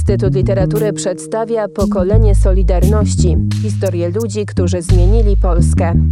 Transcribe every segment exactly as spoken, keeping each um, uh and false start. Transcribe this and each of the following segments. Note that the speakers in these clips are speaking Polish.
Instytut Literatury przedstawia Pokolenie Solidarności. Historię ludzi, którzy zmienili Polskę.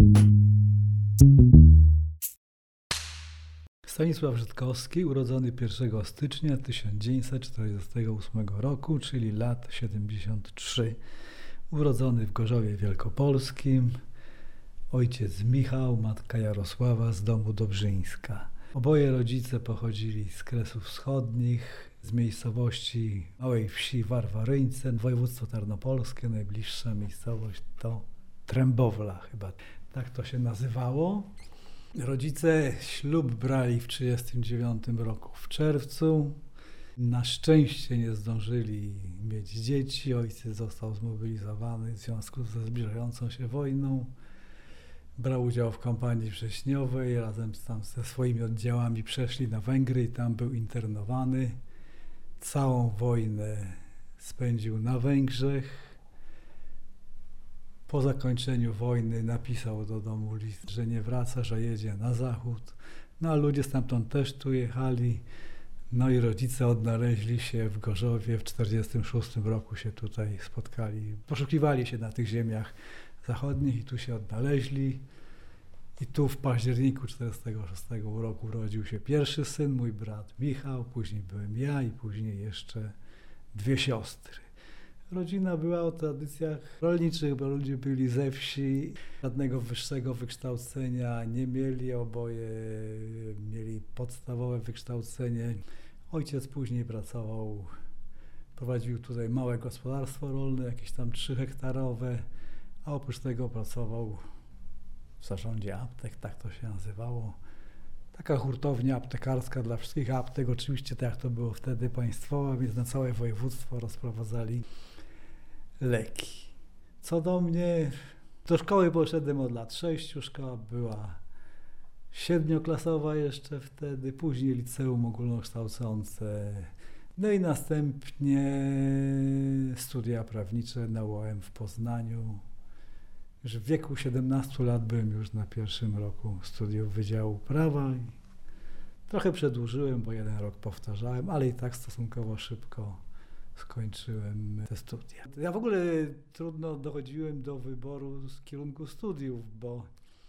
Stanisław Żytkowski, urodzony pierwszego stycznia tysiąc dziewięćset czterdziestego ósmego roku, czyli lat siedemdziesiąt trzy. Urodzony w Gorzowie Wielkopolskim, ojciec Michał, matka Jarosława z domu Dobrzyńska. Oboje rodzice pochodzili z Kresów Wschodnich, z miejscowości małej wsi Warwaryńce, województwo tarnopolskie, najbliższa miejscowość to Trębowla chyba, tak to się nazywało. Rodzice ślub brali w tysiąc dziewięćset trzydziestym dziewiątym roku w czerwcu. Na szczęście nie zdążyli mieć dzieci. Ojciec został zmobilizowany w związku ze zbliżającą się wojną. Brał udział w kampanii wrześniowej, razem tam ze swoimi oddziałami przeszli na Węgry i tam był internowany. Całą wojnę spędził na Węgrzech. Po zakończeniu wojny napisał do domu list, że nie wraca, że jedzie na zachód. No a ludzie stamtąd też tu jechali. No i rodzice odnaleźli się w Gorzowie, w tysiąc dziewięćset czterdziestym szóstym roku się tutaj spotkali. Poszukiwali się na tych ziemiach zachodnich i tu się odnaleźli. I tu w październiku tysiąc dziewięćset czterdziestego szóstego roku urodził się pierwszy syn, mój brat Michał, później byłem ja i później jeszcze dwie siostry. Rodzina była o tradycjach rolniczych, bo ludzie byli ze wsi, żadnego wyższego wykształcenia nie mieli, oboje mieli podstawowe wykształcenie. Ojciec później pracował, prowadził tutaj małe gospodarstwo rolne, jakieś tam trzyhektarowe, a oprócz tego pracował w zarządzie aptek, tak to się nazywało. Taka hurtownia aptekarska dla wszystkich aptek, oczywiście tak jak to było wtedy państwowa, więc na całe województwo rozprowadzali leki. Co do mnie, do szkoły poszedłem od lat sześciu, szkoła była siedmioklasowa jeszcze wtedy, później liceum ogólnokształcące, no i następnie studia prawnicze na U A M w Poznaniu. Już w wieku siedemnastu lat byłem już na pierwszym roku studiów Wydziału Prawa i trochę przedłużyłem, bo jeden rok powtarzałem, ale i tak stosunkowo szybko skończyłem te studia. Ja w ogóle trudno dochodziłem do wyboru z kierunku studiów, bo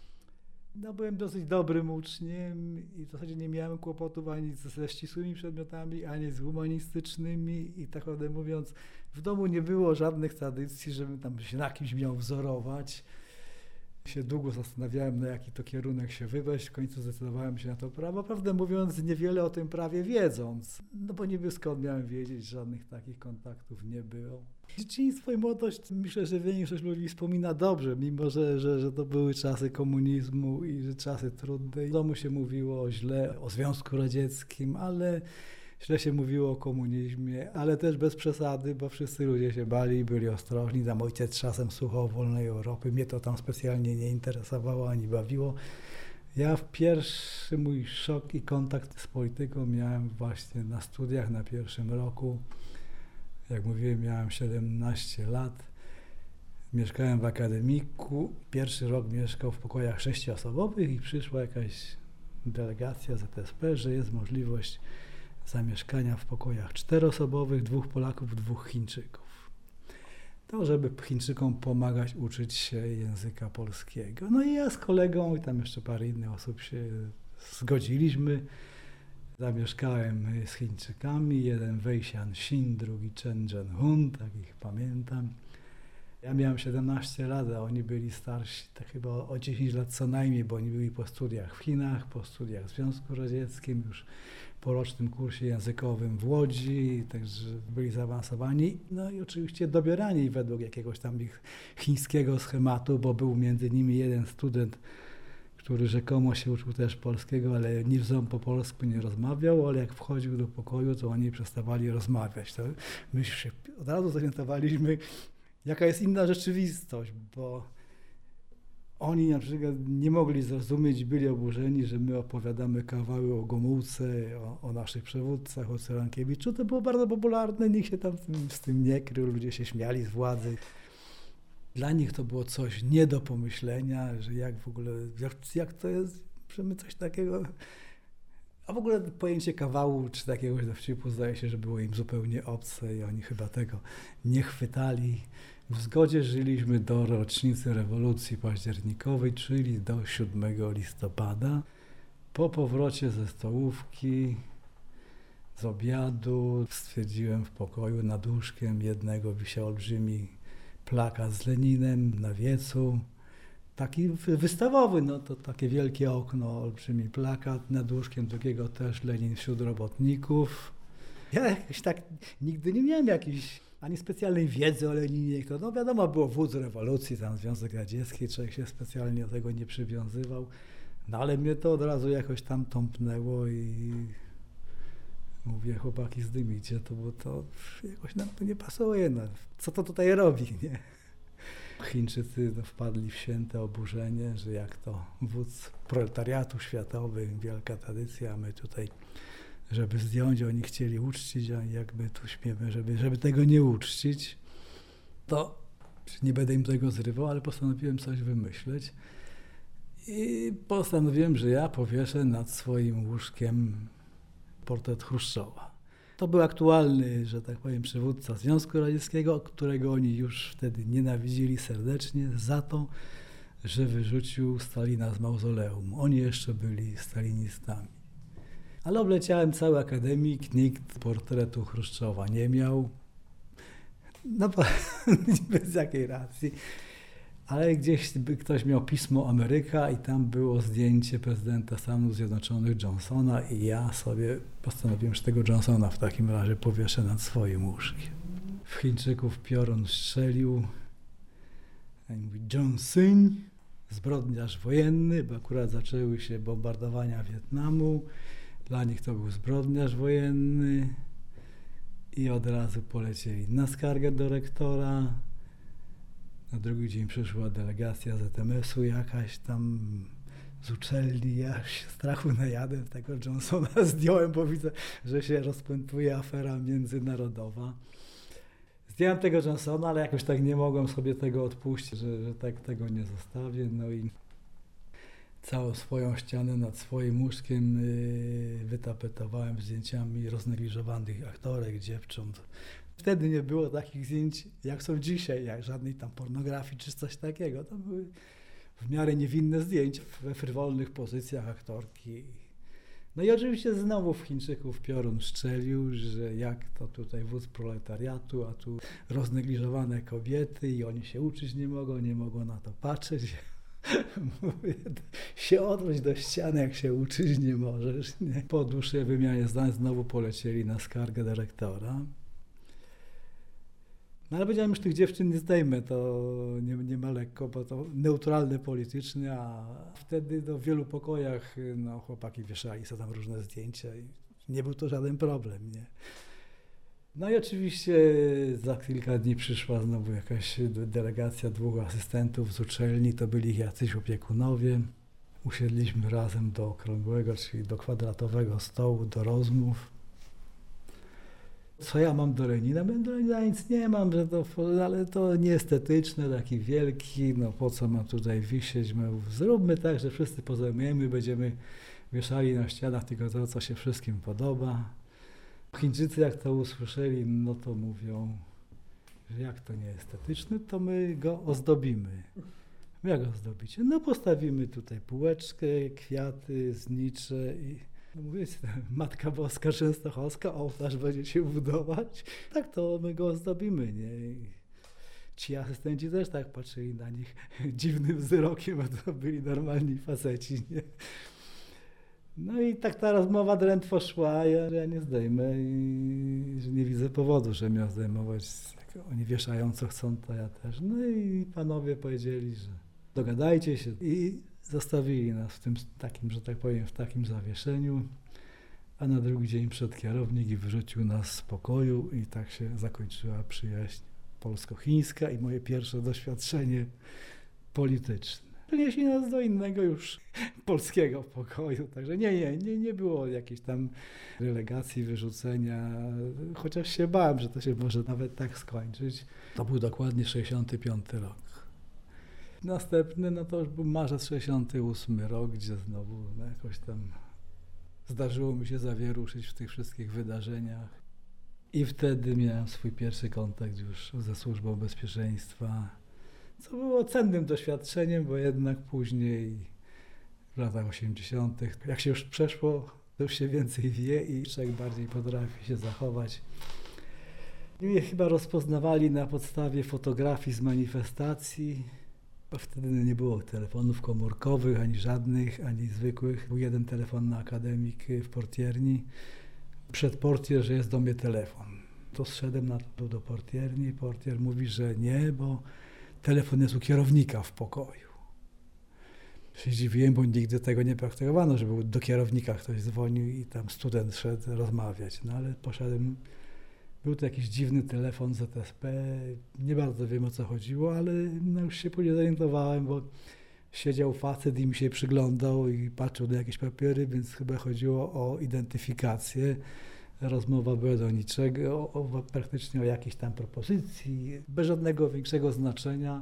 no, byłem dosyć dobrym uczniem i w zasadzie nie miałem kłopotów ani ze ścisłymi przedmiotami, ani z humanistycznymi i tak naprawdę mówiąc, w domu nie było żadnych tradycji, żebym tam się na kimś miał wzorować. Się długo zastanawiałem, na jaki to kierunek się wybrać, w końcu zdecydowałem się na to prawo, prawdę mówiąc niewiele o tym prawie wiedząc, no bo niby skąd miałem wiedzieć, żadnych takich kontaktów nie było. Dzieciństwo i młodość myślę, że większość ludzi wspomina dobrze, mimo że, że, że to były czasy komunizmu i że czasy trudne. W domu się mówiło źle o Związku Radzieckim, ale źle się mówiło o komunizmie, ale też bez przesady, bo wszyscy ludzie się bali, byli ostrożni. Tam ojciec czasem słuchał o wolnej Europy, mnie to tam specjalnie nie interesowało ani bawiło. Ja w pierwszy mój szok i kontakt z polityką miałem właśnie na studiach na pierwszym roku. Jak mówiłem, miałem siedemnaście lat. Mieszkałem w akademiku. Pierwszy rok mieszkał w pokojach sześcioosobowych i przyszła jakaś delegacja Z S P, że jest możliwość zamieszkania w pokojach czteroosobowych, dwóch Polaków, dwóch Chińczyków. To, żeby Chińczykom pomagać uczyć się języka polskiego. No i ja z kolegą i tam jeszcze parę innych osób się zgodziliśmy. Zamieszkałem z Chińczykami, jeden Wei Xianxin, drugi Chen Zhenhun, tak ich pamiętam. Ja miałem siedemnaście lat, a oni byli starsi, tak chyba o dziesięć lat co najmniej, bo oni byli po studiach w Chinach, po studiach w Związku Radzieckim, już po rocznym kursie językowym w Łodzi, także byli zaawansowani. No i oczywiście dobierani według jakiegoś tam ich chińskiego schematu, bo był między nimi jeden student, który rzekomo się uczył też polskiego, ale ni w ząb po polsku nie rozmawiał, ale jak wchodził do pokoju, to oni przestawali rozmawiać. To my się od razu zorientowaliśmy, jaka jest inna rzeczywistość, bo oni na przykład nie mogli zrozumieć, byli oburzeni, że my opowiadamy kawały o Gomułce, o, o naszych przywódcach, o Cyrankiewiczu. To było bardzo popularne, nikt się tam z tym, z tym nie krył, ludzie się śmiali z władzy. Dla nich to było coś nie do pomyślenia, że jak w ogóle, jak, jak to jest, że my coś takiego A w ogóle pojęcie kawału czy takiegoś dowcipu zdaje się, że było im zupełnie obce i oni chyba tego nie chwytali. W zgodzie żyliśmy do rocznicy rewolucji październikowej, czyli do siódmego listopada. Po powrocie ze stołówki, z obiadu, stwierdziłem w pokoju nad łóżkiem jednego wisiał olbrzymi plakat z Leninem na wiecu. Taki wystawowy, no to takie wielkie okno, olbrzymi plakat, nad łóżkiem drugiego też Lenin wśród robotników. Ja jakoś tak nigdy nie miałem jakiejś ani specjalnej wiedzy o Leninie. No wiadomo, było wódz rewolucji, tam Związek Radziecki, człowiek się specjalnie do tego nie przywiązywał. No ale mnie to od razu jakoś tam tąpnęło i mówię, chłopaki, zdejmijcie to, bo to jakoś nam to nie pasuje. No. Co to tutaj robi, nie? Chińczycy no, wpadli w święte oburzenie, że jak to wódz proletariatu światowy, wielka tradycja, a my tutaj, żeby zdjąć, oni chcieli uczcić, a jakby tu śmiemy, żeby, żeby tego nie uczcić, to nie będę im tego zrywał, ale postanowiłem coś wymyśleć i postanowiłem, że ja powieszę nad swoim łóżkiem portret Chruszczowa. To był aktualny, że tak powiem, przywódca Związku Radzieckiego, którego oni już wtedy nienawidzili serdecznie za to, że wyrzucił Stalina z mauzoleum. Oni jeszcze byli stalinistami. Ale obleciałem cały akademik, nikt portretu Chruszczowa nie miał. No bez jakiej racji. Ale gdzieś ktoś miał pismo Ameryka i tam było zdjęcie prezydenta Stanów Zjednoczonych Johnsona i ja sobie postanowiłem, że tego Johnsona w takim razie powieszę nad swoim łóżkiem. W Chińczyków piorun strzelił. I mówi Johnson, zbrodniarz wojenny, bo akurat zaczęły się bombardowania Wietnamu. Dla nich to był zbrodniarz wojenny i od razu polecieli na skargę do rektora. Na drugi dzień przyszła delegacja z M S u jakaś tam z uczelni. Ja się strachu najadłem, tego Johnsona zdjąłem, bo widzę, że się rozpętuje afera międzynarodowa. Zdjąłem tego Johnsona, ale jakoś tak nie mogłem sobie tego odpuścić, że, że tak tego nie zostawię. No i całą swoją ścianę nad swoim łóżkiem yy, wytapetowałem zdjęciami roznegliżowanych aktorek, dziewcząt. Wtedy nie było takich zdjęć, jak są dzisiaj, jak żadnej tam pornografii czy coś takiego. To były w miarę niewinne zdjęcia we frywolnych pozycjach aktorki. No i oczywiście znowu w Chińczyków piorun strzelił, że jak to tutaj wódz proletariatu, a tu roznegliżowane kobiety i oni się uczyć nie mogą, nie mogą na to patrzeć. Mówię, się odwróć do ściany, jak się uczyć nie możesz. Nie? Po dłuższej wymianie zdań znowu polecieli na skargę dyrektora. No ale powiedziałem, już tych dziewczyn nie zdejmę, to nie, nie ma lekko, bo to neutralne politycznie, a wtedy no, w wielu pokojach no, chłopaki wieszali sobie tam różne zdjęcia i nie był to żaden problem, nie? No i oczywiście za kilka dni przyszła znowu jakaś delegacja dwóch asystentów z uczelni, to byli jacyś opiekunowie. Usiedliśmy razem do okrągłego, czyli do kwadratowego stołu, do rozmów. Co ja mam do Lenina? Do Lenina nic nie mam, że to, ale to nieestetyczne, taki wielki, no po co mam tutaj wisieć? Zróbmy tak, że wszyscy pozajmujemy, będziemy wieszali na ścianach tylko to, co się wszystkim podoba. Chińczycy jak to usłyszeli, no to mówią, że jak to nieestetyczne, to my go ozdobimy. Jak go ozdobicie? No postawimy tutaj półeczkę, kwiaty, znicze i no mówię, Matka Boska Częstochowska, ołtarz będziecie budować. Tak to my go ozdobimy, nie? I ci asystenci też tak patrzyli na nich dziwnym wzrokiem, bo to byli normalni faceci, nie? No i tak ta rozmowa drętwo szła, ja, że ja nie zdejmę i że nie widzę powodu, że miał zdejmować. Oni wieszają co chcą, to ja też. No i panowie powiedzieli, że dogadajcie się i zostawili nas w tym takim, że tak powiem, w takim zawieszeniu, a na drugi dzień przyszedł kierownik i wyrzucił nas z pokoju i tak się zakończyła przyjaźń polsko-chińska i moje pierwsze doświadczenie polityczne. Przenieśli nas do innego już polskiego pokoju, także nie, nie, nie, nie było jakiejś tam relegacji, wyrzucenia, chociaż się bałem, że to się może nawet tak skończyć. To był dokładnie sześćdziesiąty piąty rok. Następny, no to już był marzec sześćdziesiąty ósmy rok, gdzie znowu no jakoś tam zdarzyło mi się zawieruszyć w tych wszystkich wydarzeniach. I wtedy miałem swój pierwszy kontakt już ze Służbą Bezpieczeństwa, co było cennym doświadczeniem, bo jednak później w latach osiemdziesiątych, jak się już przeszło, to już się więcej wie i człowiek bardziej potrafi się zachować. I mnie chyba rozpoznawali na podstawie fotografii z manifestacji, bo wtedy nie było telefonów komórkowych, ani żadnych, ani zwykłych. Był jeden telefon na Akademik w portierni. Przed portier, że jest do mnie telefon. To zszedłem na to do portierni. Portier mówi, że nie, bo telefon jest u kierownika w pokoju. Się zdziwiłem, bo nigdy tego nie praktykowano, żeby do kierownika ktoś dzwonił i tam student szedł rozmawiać. No ale poszedłem, był to jakiś dziwny telefon Z S P, nie bardzo wiem o co chodziło, ale no już się później zorientowałem, bo siedział facet i mi się przyglądał i patrzył na jakieś papiery, więc chyba chodziło o identyfikację. Rozmowa była do niczego, o, o, praktycznie o jakiejś tam propozycji, bez żadnego większego znaczenia.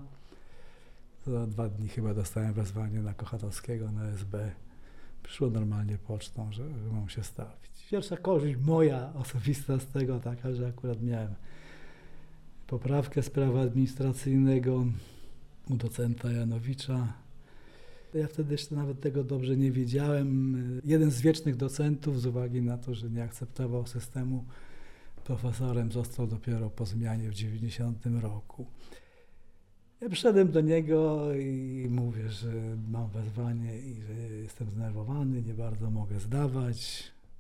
Za dwa dni chyba dostałem wezwanie na Kochanowskiego, na S B. Przyszło normalnie pocztą, że, że mam się stawić. Pierwsza korzyść moja osobista z tego taka, że akurat miałem poprawkę z prawa administracyjnego u docenta Janowicza. Ja wtedy jeszcze nawet tego dobrze nie wiedziałem. Jeden z wiecznych docentów, z uwagi na to, że nie akceptował systemu, profesorem został dopiero po zmianie w dziewięćdziesiątym roku. Ja przyszedłem do niego i mówię, że mam wezwanie i że jestem zdenerwowany, nie bardzo mogę zdawać.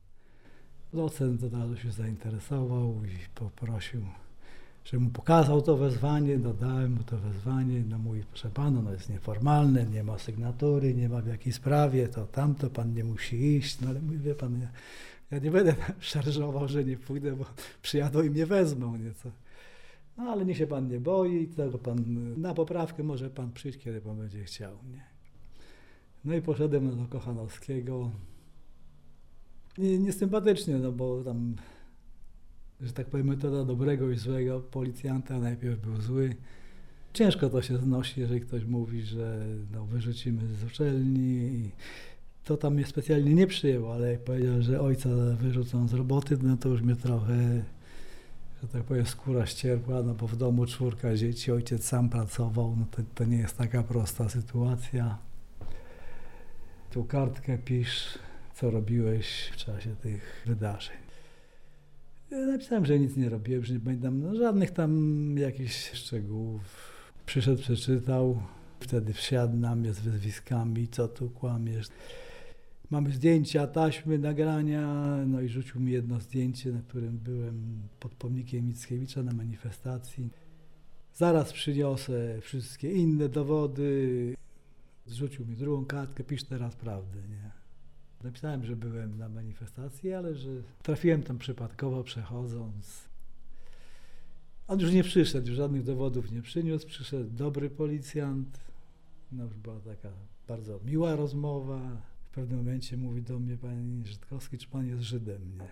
Docent od razu się zainteresował i poprosił, że mu pokazał to wezwanie, dodałem mu to wezwanie, no mówi, proszę pana, no jest nieformalne, nie ma sygnatury, nie ma w jakiej sprawie, to tamto, pan nie musi iść, no ale mówi, wie pan, ja, ja nie będę szarżował, że nie pójdę, bo przyjadą i mnie wezmą nieco. No ale niech się pan nie boi, tego pan, na poprawkę może pan przyjść, kiedy pan będzie chciał, nie? No i poszedłem do Kochanowskiego. Nie, niesympatycznie, no bo tam, że tak powiem, metoda dobrego i złego policjanta najpierw był zły. Ciężko to się znosi, jeżeli ktoś mówi, że no, wyrzucimy z uczelni. To tam mnie specjalnie nie przyjęło, ale jak powiedział, że ojca wyrzucą z roboty, no to już mnie trochę, że tak powiem, skóra ścierpła, no bo w domu czwórka dzieci, ojciec sam pracował, no to, to nie jest taka prosta sytuacja. Tu kartkę pisz, co robiłeś w czasie tych wydarzeń. Ja napisałem, że nic nie robiłem, że nie pamiętam no, żadnych tam jakichś szczegółów. Przyszedł, przeczytał, wtedy wsiadł na mnie z wyzwiskami, co tu kłamiesz. Mamy zdjęcia, taśmy, nagrania, no i rzucił mi jedno zdjęcie, na którym byłem pod pomnikiem Mickiewicza na manifestacji. Zaraz przyniosę wszystkie inne dowody. Zrzucił mi drugą kartkę, pisz teraz prawdę, nie? Napisałem, że byłem na manifestacji, ale że trafiłem tam przypadkowo, przechodząc. On już nie przyszedł, już żadnych dowodów nie przyniósł, przyszedł dobry policjant. No już była taka bardzo miła rozmowa. W pewnym momencie mówi do mnie, panie Żytkowski, czy pan jest Żydem? Nie.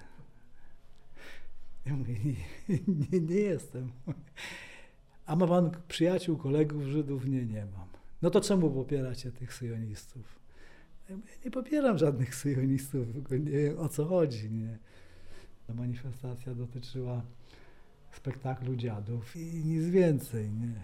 Ja mówię, nie, nie, nie jestem. A ma pan przyjaciół, kolegów Żydów? Nie, nie mam. No to czemu popieracie tych syjonistów? Ja mówię, nie popieram żadnych syjonistów, tylko nie wiem o co chodzi. Nie. Ta manifestacja dotyczyła spektaklu Dziadów i nic więcej. Nie.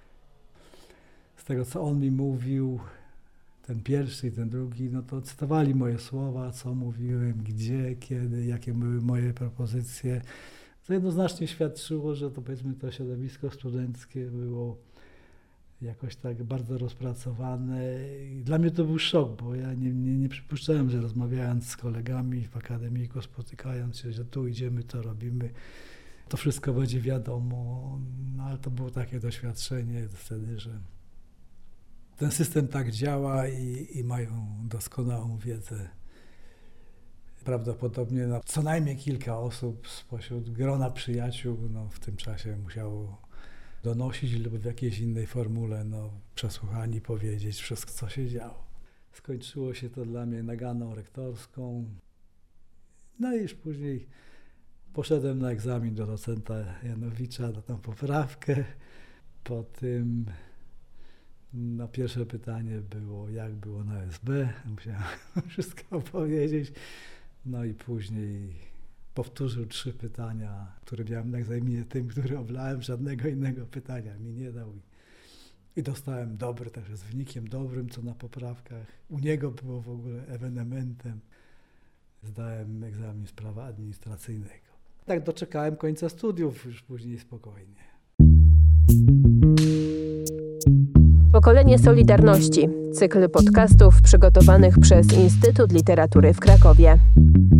Z tego, co on mi mówił, ten pierwszy i ten drugi, no to cytowali moje słowa, co mówiłem, gdzie, kiedy, jakie były moje propozycje. To jednoznacznie świadczyło, że to powiedzmy to środowisko studenckie było jakoś tak bardzo rozpracowane. I dla mnie to był szok, bo ja nie, nie, nie przypuszczałem, że rozmawiając z kolegami w akademiku, spotykając się, że tu idziemy, to robimy, to wszystko będzie wiadomo. No ale to było takie doświadczenie wtedy, że ten system tak działa i, i mają doskonałą wiedzę. Prawdopodobnie no, co najmniej kilka osób spośród grona przyjaciół no, w tym czasie musiało donosić lub w jakiejś innej formule no, przesłuchani powiedzieć wszystko, co się działo. Skończyło się to dla mnie naganą rektorską. No i już później poszedłem na egzamin do docenta Janowicza na tą poprawkę. Po tym no, pierwsze pytanie było, jak było na S B. Musiałem wszystko opowiedzieć. No i później powtórzył trzy pytania, które miałem na egzaminie tym, który oblałem. Żadnego innego pytania mi nie dał. I dostałem dobry, także z wynikiem dobrym, co na poprawkach. U niego było w ogóle ewenementem. Zdałem egzamin z prawa administracyjnego. Tak doczekałem końca studiów, już później spokojnie. Pokolenie Solidarności. Cykl podcastów przygotowanych przez Instytut Literatury w Krakowie.